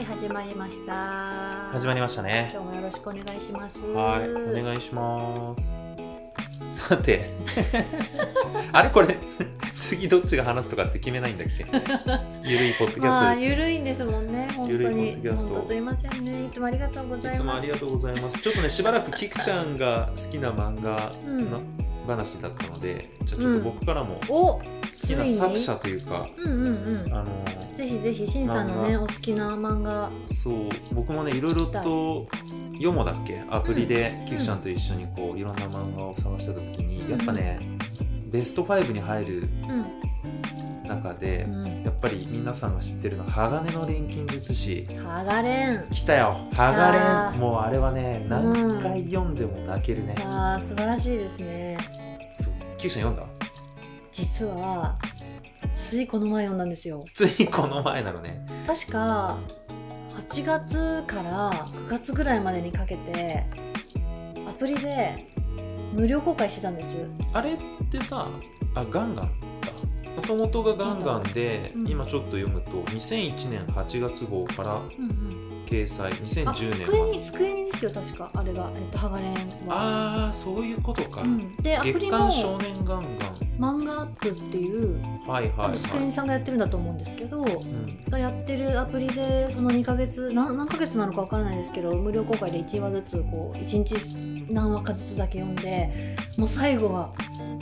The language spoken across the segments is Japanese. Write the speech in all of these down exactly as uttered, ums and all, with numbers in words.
はい始まりました。 始まりましたね。 今日もよろしくお願いします。 はいお願いします。さてあれこれ次どっちが話すとかって決めないんだっけゆるいポッドキャストです、 まあ、ゆるいんですもんね。本当にゆるいポッドキャスト本当すいませんね。いつもありがとうございます。 いつもありがとうございます。ちょっとねしばらくキクちゃんが好きな漫画の話だったので、うん、じゃあちょっと僕からも好きな作者というか、 うんうんうん、 あのぜひぜひしんさんのねお好きな漫画、 そう僕もねいろいろとヨモだっけアプリでキクちゃんと一緒にこういろんな漫画を探してた時に、うん、やっぱねベストファイブに入る中で、うん、やっぱり皆さんが知ってるのは鋼の錬金術師。 鋼来たよ鋼。もうあれはね何回読んでも泣けるね、 うん、あー素晴らしいですね。 そうキクちゃん読んだ？ 実はついこの前読んだんですよ。 ついこの前なのね。 確かはちがつからくがつぐらいまでにかけてアプリで無料公開してたんです。 あれってさあガンガンだもともとがガンガンで、うん、今ちょっと読むとにせんいちねんはちがつ号から掲載、うんうん、にせんじゅうねんあ、机に机にですよ確かあれが、えっと、鋼はああそういうことか、うん、 でアプリも月刊少年ガンガン漫画アップっていうはいはいはい机にさんがやってるんだと思うんですけど、うん、がやってるアプリでそのにかげつな何ヶ月なのかわからないですけど無料公開でいちわずつこういちにち何話かずつだけ読んでもう最後は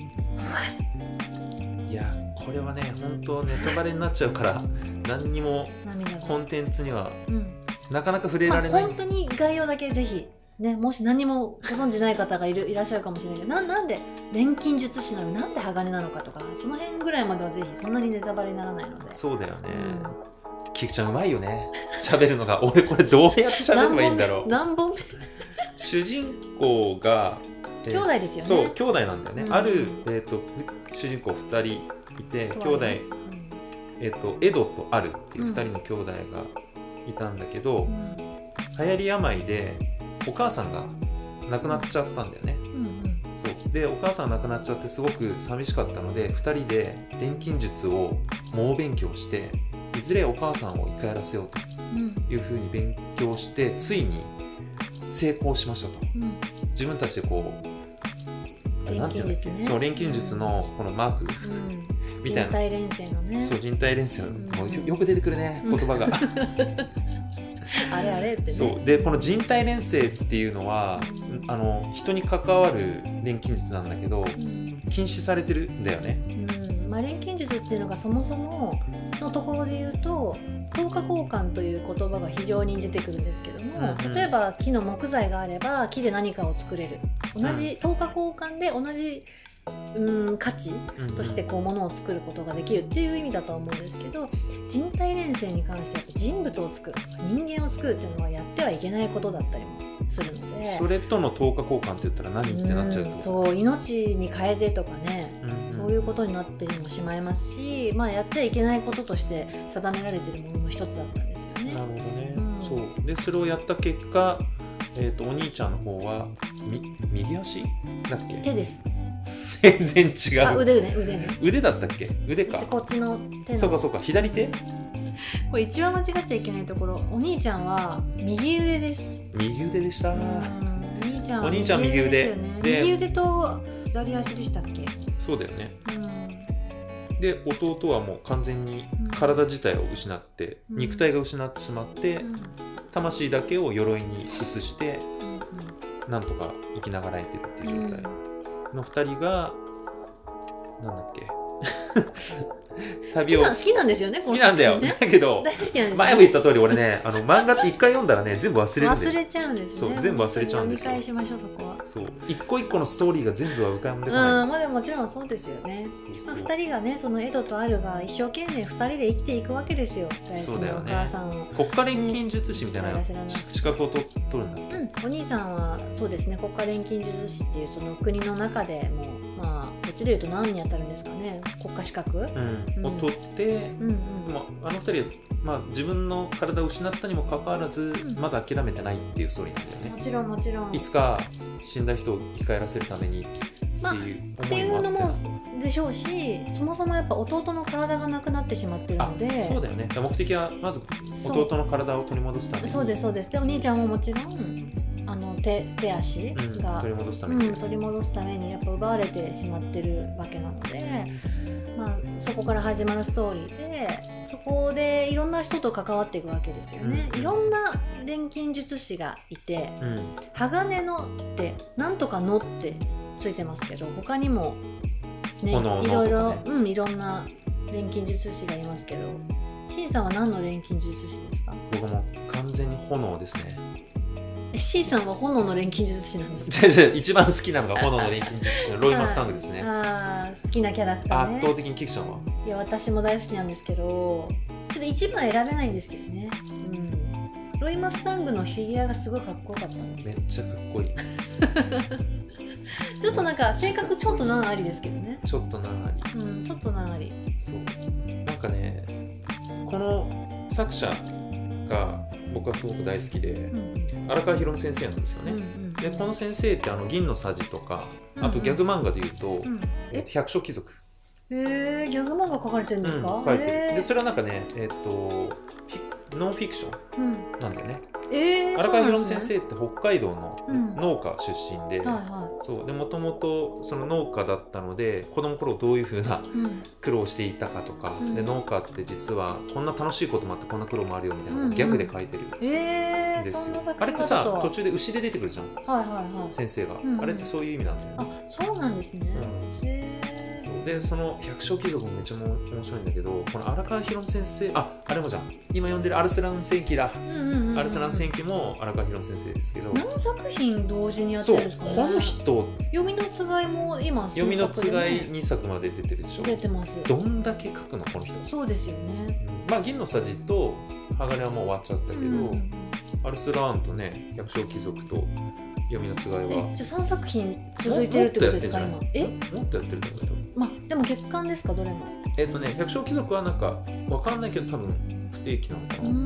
いやこれはね本当ネタバレになっちゃうから何にもコンテンツにはなかなか触れられない、 まあ、本当に概要だけぜひね、もし何もご存じない方がいるいらっしゃるかもしれないけど な, なんで錬金術師なのになんで鋼なのかとかその辺ぐらいまではぜひそんなにネタバレにならないので。 そうだよね、うん、キクちゃんうまいよね喋るのが俺これどうやって喋ればいいんだろう何本目主人公が、 えー、兄弟ですよね。 そう兄弟なんだよね、うん、ある、えー、と主人公ふたりいて兄弟、うんえー、とエドとアルっていうふたりの兄弟がいたんだけど、うん、流行り病でお母さんが亡くなっちゃったんだよね、うんうん、そうでお母さんが亡くなっちゃってすごく寂しかったのでふたりで錬金術を猛勉強していずれお母さんを生き返らせようというふうに勉強して、うん、ついに成功しましたと、うん、自分たちでこう錬金術ね、 そう錬金術のこのマーク、うん、みたいな人体連星のねそう人体連星の、うん、もう よ, よく出てくるね言葉があれあれってね。 そうでこの人体錬成っていうのは、うん、あの人に関わる錬金術なんだけど、うん、禁止されてるんだよね、 うんまあ、錬金術っていうのがそもそものところで言うと等価交換という言葉が非常に出てくるんですけども、うんうん、例えば木の木材があれば木で何かを作れる同じ、うん、等価交換で同じうん価値としてこうものを作ることができるっていう意味だと思うんですけど人体錬成に関しては人物を作る人間を作るっていうのはやってはいけないことだったりもするのでそれとの等価交換って言ったら何ってなっちゃうと、 うん、そう命に変えてとかね、うんうん、そういうことになってしまいますし、まあ、やっちゃいけないこととして定められているものの一つだったんですよね。 なるほどね、うん、そうでそれをやった結果、えーと、お兄ちゃんの方はみ右足だっけ手です全然違う。 あ、腕ね、腕ね。 腕だったっけ？腕か。 こっちの手の。 そうかそうか、左手？ これ一番間違っちゃいけないところ、お兄ちゃんは右腕です。 右腕でした。お兄ちゃんは右腕ですよね。 右腕と左足でしたっけ？ そうだよね。うん、で、弟はもう完全に体自体を失って、うん、肉体が失ってしまって、うん、魂だけを鎧に移して、うんうん、なんとか生きながらえてるっていう状態。うんのふたりがなんだっけ旅を好きな、好きなんですよね。 好きなんだよ、ね、だけど大好きなんです、ね、 前も言った通り俺ねあの漫画って一回読んだらね全部忘れるんだよ。 忘れちゃうんですね。 そう全部忘れちゃうんですよ。 読み返しましょうそこは。 そう一個一個のストーリーが全部は浮かんでこない。 うんまあでももちろんそうですよね。そうそうまあ、ふたりがねそのエドとアルが一生懸命ふたりで生きていくわけですよ。大好きなお母さんを、ね、 国家錬金術師みたいな、ね、資格を取るんだっけ、 うん、お兄さんはそうですね国家錬金術師っていうその国の中でもまあこっちでいうと何に当たるんですかね国家資格、 うんうん、を取って、うんうんまあ、あのふたりは、まあ、自分の体を失ったにもかかわらず、うん、まだ諦めてないっていうストーリーなんだよね。 もちろんもちろんいつか死んだ人を生き返らせるためにっていうってい思いもあって、 うのもでしょうし、そもそもやっぱ弟の体がなくなってしまってるので、 あそうだよね。目的はまず弟の体を取り戻すために。 そうですそうです。でお兄ちゃんももちろんあの 手, 手足が、 うん、取り戻すために、 うん、取り戻すためにやっぱ奪われてしまってるわけなので、まあ、そこから始まるストーリーで、そこでいろんな人と関わっていくわけですよね、うん、いろんな錬金術師がいて、うん、鋼のってなんとかのってついてますけど、他にも、ね、いろいろ、うん、いろんな錬金術師がいますけど、シンさんは何の錬金術師ですか？ 僕も完全に炎ですね。 C さんは炎の錬金術師なんですか？ じゃじゃ一番好きなのが炎の錬金術師のロイ・マスタングですね。 ああ、好きなキャラクターね。 圧倒的にキクちゃんは？ いや、私も大好きなんですけど、ちょっと一番選べないんですけどね、うん、ロイ・マスタングのフィギュアがすごいかっこよかったの。 めっちゃかっこいいちょっとなんか性格ちょっと難ありですけどね。 ちょっと難あり、 うん、ちょっと難あり。 そうなんかね、この作者が僕はすごく大好きで、うん、荒川博先生なんですよね、うんうん、でこの先生ってあの銀のさじとか、あとギャグ漫画でいうと、うんうん、え百姓貴族、 へー、ギャグ漫画書かれてるんですか？ うん、書いてる。でそれはなんかね、えー、っとノンフィクションなんだよね、うん、えー、荒川博先生って北海道の農家出身で、うん、はいはい、そうでもともとその農家だったので、子供の頃どういう風な苦労をしていたかとか、うん、で農家って実はこんな楽しいこともあってこんな苦労もあるよみたいなのをギャグで書いてるんですよ、うんうん、えー、あれってさ途中で牛で出てくるじゃん、はいはいはい、先生が、うんうん、あれってそういう意味なんだよね。 あ、そうなんですね。そうなんです。へー。 でその百姓貴族もめっちゃ面白いんだけど、この荒川博先生、あ、あれもじゃん、今読んでるアルスラン戦記だ、うんうんうん、アルスラン戦記も荒川博先生ですけど、 何作品同時にやってるんですかね。 そう、この人読みのつがいも今読みのつがいにさくまで出てるでしょ。 出てます。 どんだけ書くのこの人。そうですよね、うん、まあ銀のさじと鋼はもう終わっちゃったけど、うんうん、アルスランとね、百姓貴族と読みのつがいは、 え、じゃあさんさく品続いてるってことですか今？え、 もっとやってると思うよ。 まあでも月刊ですか、どれも。 えっ、ー、とね、百姓貴族はなんかわかんないけど多分不定期なのかな。うん、うん、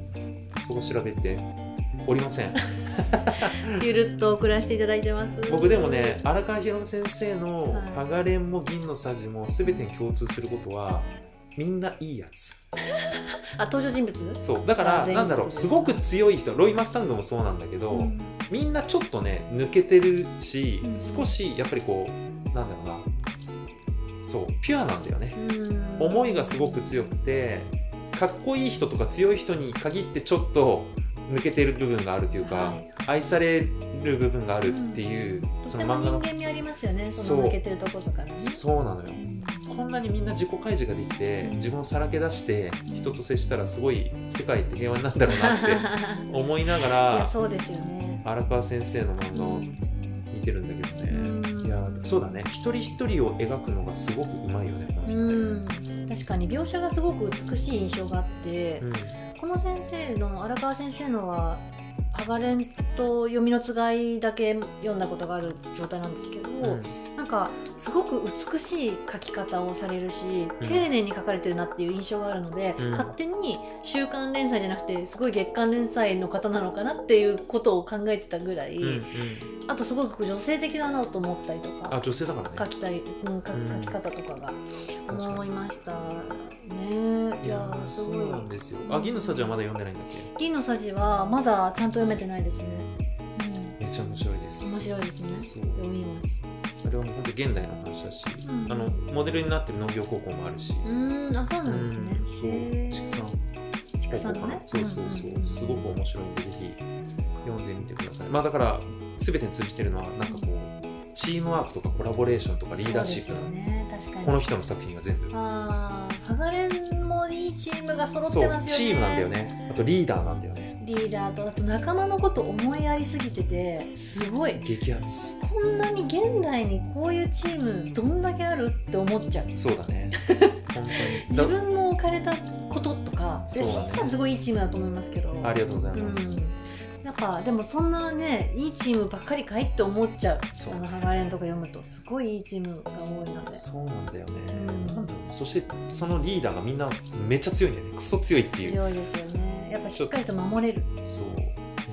そこ調べておりません。 ゆるっと送らせていただいてます。 僕でもね、荒川博先生の鋼も銀のさじも全てに共通することは、みんないいやつ。 あ、登場人物？ そうだからなんだろう、すごく強い人、ロイ・マスタングもそうなんだけど、うん、みんなちょっとね抜けてるし、うん、少しやっぱりこうなんだろうな、そうピュアなんだよね、うん、思いがすごく強くて、かっこいい人とか強い人に限ってちょっと抜けてる部分があるというか、はい、愛される部分があるっていう、うん、その漫画の人間味ありますよね、その抜けてるところとかね。 そうなのよ、うん、こんなにみんな自己開示ができて、自分をさらけ出して人と接したらすごい世界って平和になるんだろうなって思いながら、 いやそうですよね、 荒川先生の漫画を見てるんだけどね、うん、いやそうだね、一人一人を描くのがすごくうまいよね、この人、うん、 確かに描写がすごく美しい印象があって、うん、この先生の荒川先生のは鋼と読みのつがいだけ読んだことがある状態なんですけど、うん、なんかすごく美しい書き方をされるし、うん、丁寧に書かれてるなっていう印象があるので、うん、勝手に週刊連載じゃなくてすごい月刊連載の方なのかなっていうことを考えてたぐらい、うんうん、あとすごく女性的だなと思ったりとか、 あ、女性だからね、 書きたり、うん、書, 書き方とかが思いましたね。 いやー、そうなんですよ。あ、銀のさじはまだ読んでないんだっけ？ 銀のさじはまだちゃんと読めてないですね、 うん、めっちゃ面白いです。 面白いですね、読みます。 あれはもう本当現代の話だし、うん、あのモデルになってる農業高校もあるし、 うーん、あ、そうなんですね、 うん、そう、畜産畜産のね、 そうそうそう、うんうん、すごく面白いんでぜひ読んでみてください。まあだから全てに通じてるのはなんかこうチームワークとかコラボレーションとかリーダーシップ、 ね、確かにこの人の作品が全部、 ああ、ハガレンもいいチームが揃ってますよね。 そう、チームなんだよね。あとリーダーなんだよね。 リーダーとあと仲間のこと思いやりすぎててすごい激アツ。 こんなに現代にこういうチームどんだけあるって思っちゃう。 そうだね本当に自分の置かれたこととか、で、シンさんすごいいいチームだと思いますけど、 ありがとうございます、うん、 なんかでもそんなねいいチームばっかりかいって思っちゃう。あのハガレンとか読むとすごいいいチームが多いので。 そうなんだよね、うん、なんだろう、そしてそのリーダーがみんなめっちゃ強いんだよね。クソ強いっていう。 強いですよね。やっぱしっかりと守れる。 そう、めっ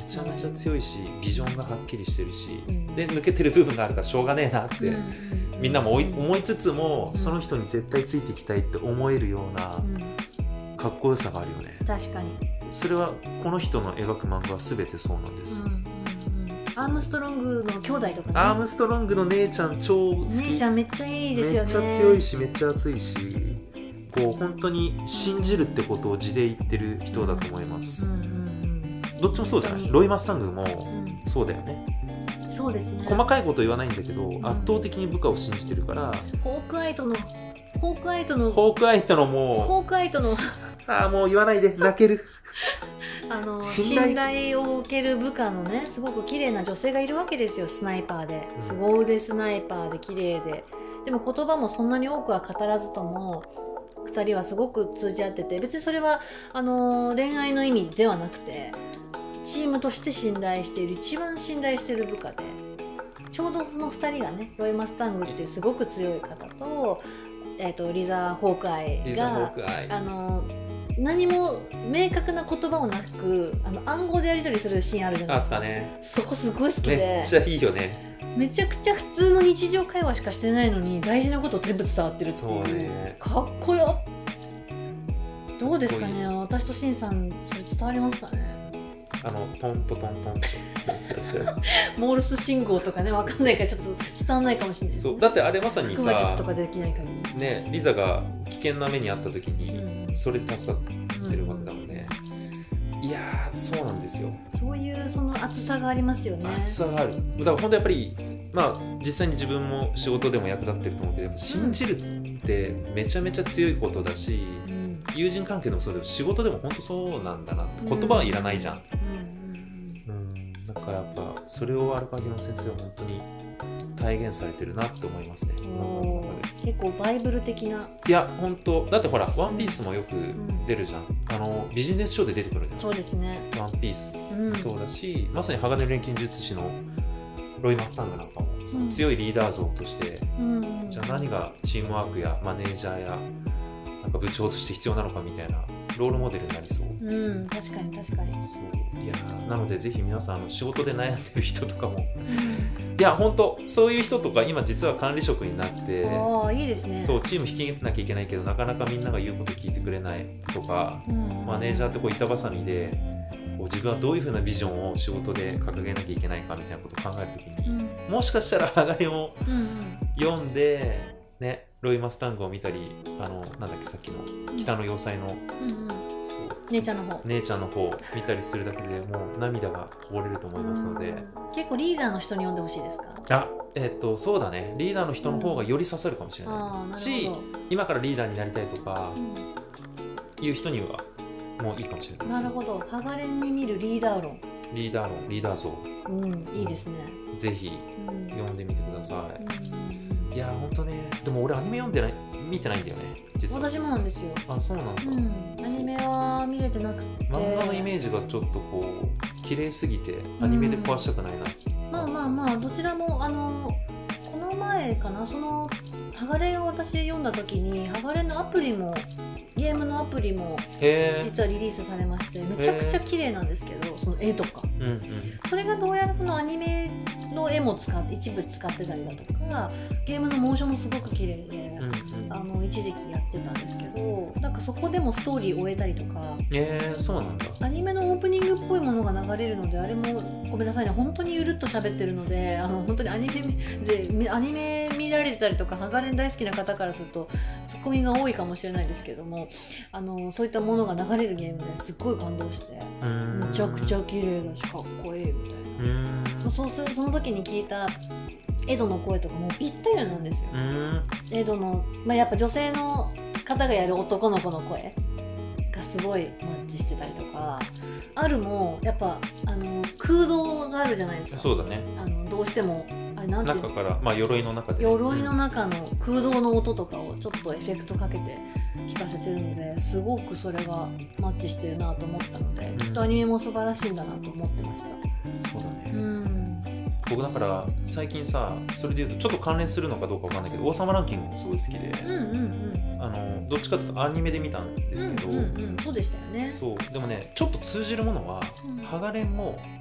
ちゃめちゃ強いし、ビジョンがはっきりしてるし、 うん、で抜けてる部分があるからしょうがねえなって、 うんうん、 みんなも思いつつも、うん、その人に絶対ついていきたいって思えるようなかっこよさがあるよね。 確かにそれはこの人の描く漫画は全てそうなんです、うんうんうん、 アームストロングの兄弟とかね、 アームストロングの姉ちゃん超好き。 姉ちゃんめっちゃいいですよね。 めっちゃ強いしめっちゃ熱いし、こう本当に信じるってことを字で言ってる人だと思います、うんうんうん、どっちもそうじゃない。ロイ・マスタングもそうだよね、 うん、そうですね。 細かいこと言わないんだけど、うん、圧倒的に部下を信じてるから。 ホークアイトのホークアイトのホークアイトのもうホークアイトのああもう言わないで泣けるあの信頼を受ける部下のね、すごく綺麗な女性がいるわけですよ。スナイパーで、凄腕スナイパーで綺麗で、でも言葉もそんなに多くは語らずともふたりはすごく通じ合ってて、別にそれはあの恋愛の意味ではなくて、チームとして信頼している、一番信頼している部下で、ちょうどそのふたりがね、ロイ・マスタングっていうすごく強い方と、えー、とリザ・ホークアイがあの何も明確な言葉をなく、あの暗号でやり取りするシーンあるじゃないですか。 あったね。 そこすごい好きで、 めっちゃいいよね。 めちゃくちゃ普通の日常会話しかしてないのに大事なこと全部伝わってるっていう。 そうね、 かっこよ。どうですかね、私とシンさんそれ伝わりますかね。 あのトントトントンとモールス信号とかね、分かんないからちょっと伝わらないかもしれないです、ね、 そうだってあれまさにさとかできない限り、 ね、リザが危険な目にあった時にそれで助かってるわけだもんね、うん、いやーそうなんですよ。 そういうその熱さがありますよね。 熱さがある。だから本当やっぱりまあ実際に自分も仕事でも役立ってると思うけど、信じるってめちゃめちゃ強いことだし、うん、友人関係でもそうだけど仕事でも本当そうなんだなって。言葉はいらないじゃん、うんうんうん、なんかやっぱそれをアルカヒロン先生は本当に体現されてるなって思いますね。 結構バイブル的な。 いや本当だってほらワンピースもよく出るじゃん、うん、あのビジネス書で出てくるじゃん。 そうですね。 ワンピースもそうだし、うん、まさに鋼の錬金術師のロイ・マスタングなんかもその強いリーダー像として、うん、じゃあ何がチームワークやマネージャーやなんか部長として必要なのかみたいなロールモデルになりそう。 うん、確かに確かに。 そういやなのでぜひ皆さんあの仕事で悩んでる人とかもいや本当そういう人とか今実は管理職になってああいいですね。 そうチーム引き上げなきゃいけないけどなかなかみんなが言うこと聞いてくれないとか、うん、マネージャーってこう板挟みでこう自分はどういう風なビジョンを仕事で掲げなきゃいけないかみたいなことを考えるときに、うん、もしかしたら鋼を読んで、うんうん、ねロイ・マスタングを見たりあのなんだっけさっきの北の要塞の、うんうん、 姉ちゃんの方姉ちゃんの方見たりするだけでもう涙がこぼれると思いますので、 結構リーダーの人に読んでほしいですか。 あえっとそうだね、リーダーの人の方がより刺さるかもしれない、うん、し今からリーダーになりたいとかいう人にはもういいかもしれないです、ね、 なるほど。ハガレンに見るリーダー論リーダー論リーダー像、 うん、いいですね。 ぜひ読んでみてください、うん、いやほんとね。でも俺アニメ読んでない見てないんだよね実は。 私もなんですよ。 あそうなんだ、うん、 アニメは見れてなくて漫画のイメージがちょっとこう綺麗すぎてアニメで壊したくないな、 うん、まあまあまあどちらもあのこの前かな、そのハガレンを私読んだ時にハガレンのアプリもゲームのアプリも実はリリースされまして、めちゃくちゃ綺麗なんですけど、その絵とか、うんうん、それがどうやらそのアニメの絵も使って一部使ってたりだとか、ゲームのモーションもすごく綺麗で、うんうん、あの一時期やってたんですけど、なんかそこでもストーリーを終えたりとか、 えー、そうなんだ。 アニメのオープニングっぽいものが流れるので、あれもごめんなさいね、本当にゆるっと喋ってるので、あの本当にアニメアニメ見られてたりとかハガレン大好きな方からするとツッコミが多いかもしれないですけども、あのそういったものが流れるゲームですっごい感動して、めちゃくちゃ綺麗だしかっこいいみたいな。うそうその時に聞いたエドの声とかもぴったりなんですよ。エドの、まあ、やっぱ女性の方がやる男の子の声がすごいマッチしてたりとか、あるもやっぱあの空洞があるじゃないですか。 そうだね。 あのどうしてもあれなんていうの、 中から、まあ、鎧の中で、 鎧の中の空洞の音とかをちょっとエフェクトかけて聞かせてるので、すごくそれがマッチしてるなと思ったので、うん、きっとアニメも素晴らしいんだなと思ってました。 そうだね、 うん、 僕だから最近さ、それでいうとちょっと関連するのかどうかわかんないけど、王様ランキングもすごい好きで、うんうんうん、あのどっちかというとアニメで見たんですけど、 うんうんうん、そうでしたよね。 そうでもね、ちょっと通じるものは、うん、ハガレンも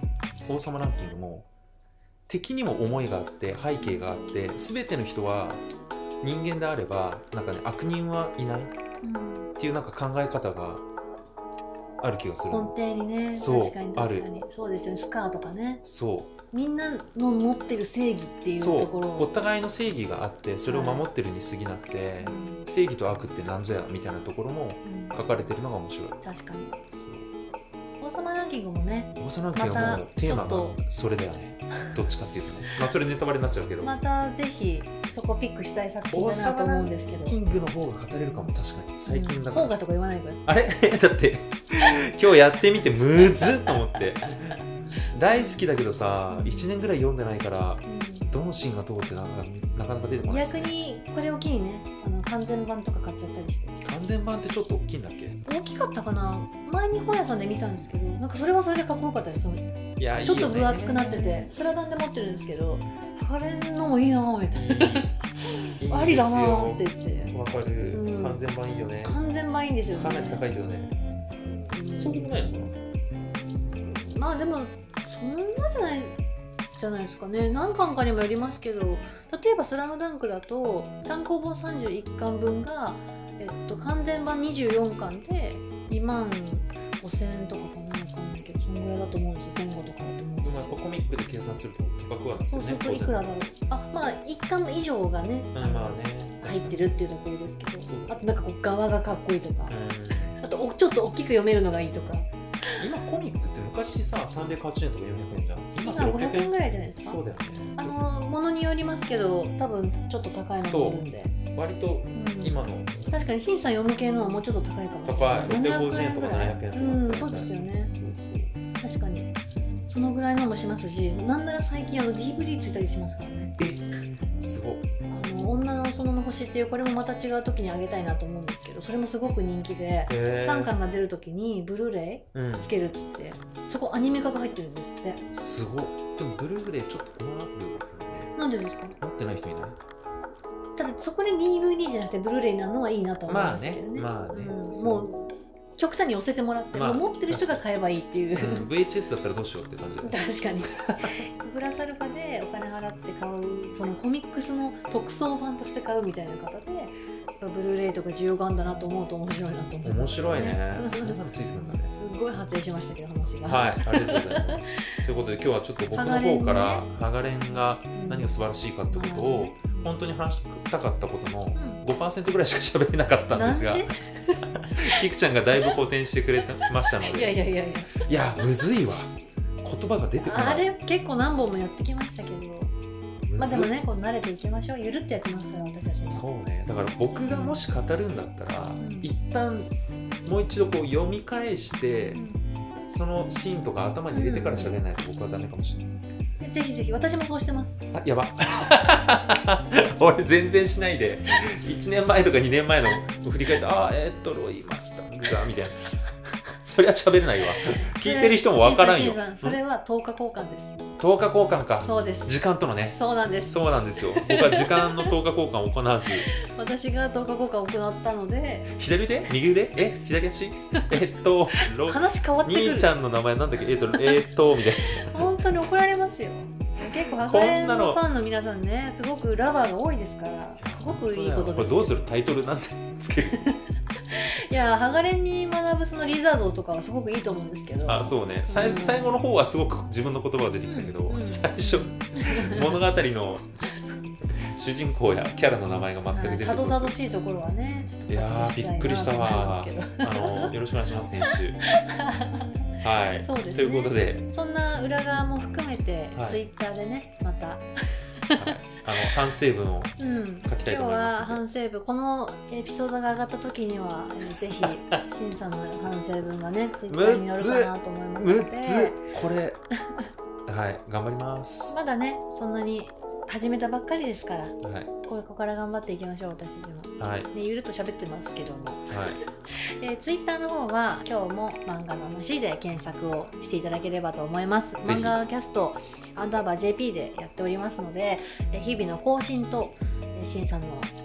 王様ランキングも敵にも思いがあって背景があって、全ての人は人間であればなんかね悪人はいないっていうなんか考え方がある気がする。 根底にね、 そう確かに確かにそうですよね。スカーとかね、 そうみんなの持ってる正義っていうところそうお互いの正義があってそれを守ってるに過ぎなくて、はい、正義と悪って何ぞやみたいなところも書かれてるのが面白い、うん、 確かに。王様ランキングもね、 王様ランキングはもうテーマがそれだよねどっちかっていうとね、まあそれネタバレになっちゃうけど、 またぜひそこピックしたい作品だなと思うんですけど、 王様ランキングの方が語れるかも。確かに最近だから、 うん、邦画とか言わないでください。 あれだって今日やってみてむずっと思って大好きだけどさいちねんぐらい読んでないから、うん、どのシーンが通ってなかなかなか出てこない、ね、 逆にこれを機にね、あの完全版とか買っちゃったりして。 完全版ってちょっと大きいんだっけ？ 大きかったかな。前に本屋さんで見たんですけど、なんかそれはそれでかっこよかったです。 いや、 ちょっと分厚くなっててスラダンで持ってるんですけど、剥がれんのもいいなみたいなありだなって言って。 わかる、うん、完全版いいよね。 完全版いいんですよね。 かなり高いけどね、うん、そうでもないのかな。 まあでもそんなじゃないじゃないですかね。何巻かにもよりますけど、例えば「スラムダンクだと単行本さんじゅういっかんぶんが、えっと、完全版にじゅうよんかんでにまんごせんえんとかかな、分かんないけどそのぐらいだと思うんですよ。前後とかだと思うんですよ。 でもやっぱコミックで計算すると高くはなってね。 そうするといくらだろう。あ、まあいっかん以上がね、 うん、まあね入ってるっていうところですけど、あとなんかこう側がかっこいいとか、うん、あとちょっと大きく読めるのがいいとか。 今コミックって昔ささんびゃくはちじゅうえんとかよんひゃくえんじゃん。 今ごひゃくえんぐらいじゃないですか。 そうだよね。 あのものによりますけど多分ちょっと高いのもあるんで、 割と今の、うん、 確かに新さん読む系のはもうちょっと高いかもしれない。 高いろっぴゃくごじゅうえんとかななひゃくえんとか、 うん、そうですよね。そうそう確かにそのぐらいのもしますし、なんなら最近あの ディーブイディー ついたりしますからね。 えすごい。 あの女の園の星っていう、これもまた違う時にあげたいなと思うんですけど、それもすごく人気でさんかんが出る時にブルーレイつけるっつって、うん、そこアニメ化が入ってるんですって。すごい。でもブルーレイちょっと困るよね。 なんでですか？ 持ってない人いない？ だってそこで ディーブイディー じゃなくてブルーレイになるのはいいなと思いますけどね。 まあね、まあね、 うん、もう極端に寄せてもらって、まあ、もう持ってる人が買えばいいっていう、 うん、ブイエイチエス だったらどうしようって感じだ、ね、 確かにプラスアルファでお金払って買う、そのコミックスの特装版として買うみたいな方でブルーレイとか需要があるんだなと思うと面白いなと思う、ね、 面白いねそんなのついてくるんだね。 すごい派生しましたけど話が。 はい、ありがとうございますということで今日はちょっと僕の方からハガレンが何が素晴らしいかってことを、うん、本当に話したかったことの ごパーセント ぐらいしか喋れなかったんですが、キクちゃんがだいぶ補填してくれましたので。 いやいやいやいやいやむずいわ、言葉が出てこない。 あれ結構何本もやってきましたけど、まあでもね、こう慣れていきましょう。ゆるってやってますから私たち。 そうね。だから僕がもし語るんだったら、うん、一旦もう一度こう読み返して、うん、そのシーンとか頭に入れてから喋らないと僕はダメかもしれない。 うん、ぜひぜひ、私もそうしてます。 あ、やば俺全然しないでいちねんまえとかにねんまえの振り返って、あーえー、っとロイ・マスタングがみたいなそれは喋れないわ。聞いてる人もわからんよ。 それはとおか交換です。 とおか交換か。 そうです。 時間とのね。 そうなんです。 そうなんですよ。僕は時間のとおか交換を行わず私がとおか交換を行ったので、 左腕右腕え左足えっと話変わってくる。 兄ちゃんの名前なんだっけえっとえっとみたいな本当に怒られますよ。結構ハガレンのファンの皆さんね、すごくラバーが多いですから、すごくいいことです。 これどうするタイトルなんてつけるいやハガレンに学ぶそのリザードとかはすごくいいと思うんですけど。 あ、そうね、最、うん、最後の方はすごく自分の言葉が出てきたけど、うん、最初物語の主人公やキャラの名前が全く出てこない。たどたどしいところはね、ちょっといやーびっくりしたわ。あのよろしくお願いします編集はい、そうですね、ということでそんな裏側も含めて、はい、ツイッターでねまた、はい、 あの反省文を書きたいと思います、うん、今日は反省文、このエピソードが上がった時にはぜひシンさんの反省文がねツイッターに載るかなと思いますので、 むずこれはい頑張ります。 まだねそんなに始めたばっかりですから、 はい、 これここから頑張っていきましょう私たちも、 はい、 ね、ゆるっと喋ってますけども、 はいえー、ツイッターの方は今日も漫画の話で検索をしていただければと思います。漫画キャストアンダーバー ジェーピー でやっておりますので、えー、日々の更新と、えー、シンさんの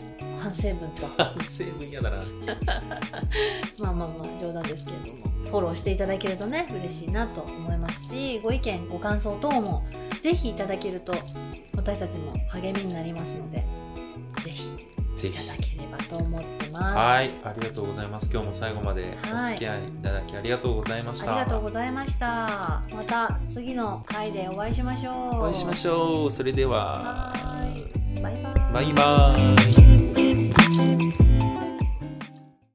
反省文と反省文やだなまあまあまあ冗談ですけれども、フォローしていただけるとね嬉しいなと思いますし、ご意見ご感想等もぜひいただけると私たちも励みになりますので、ぜひぜひいただければと思ってます。 はい、ありがとうございます。今日も最後までお付き合いいただきありがとうございました。 ありがとうございました。また次の回でお会いしましょう。 お会いしましょう。それでは、 はい、バイバイ。 バイバイ。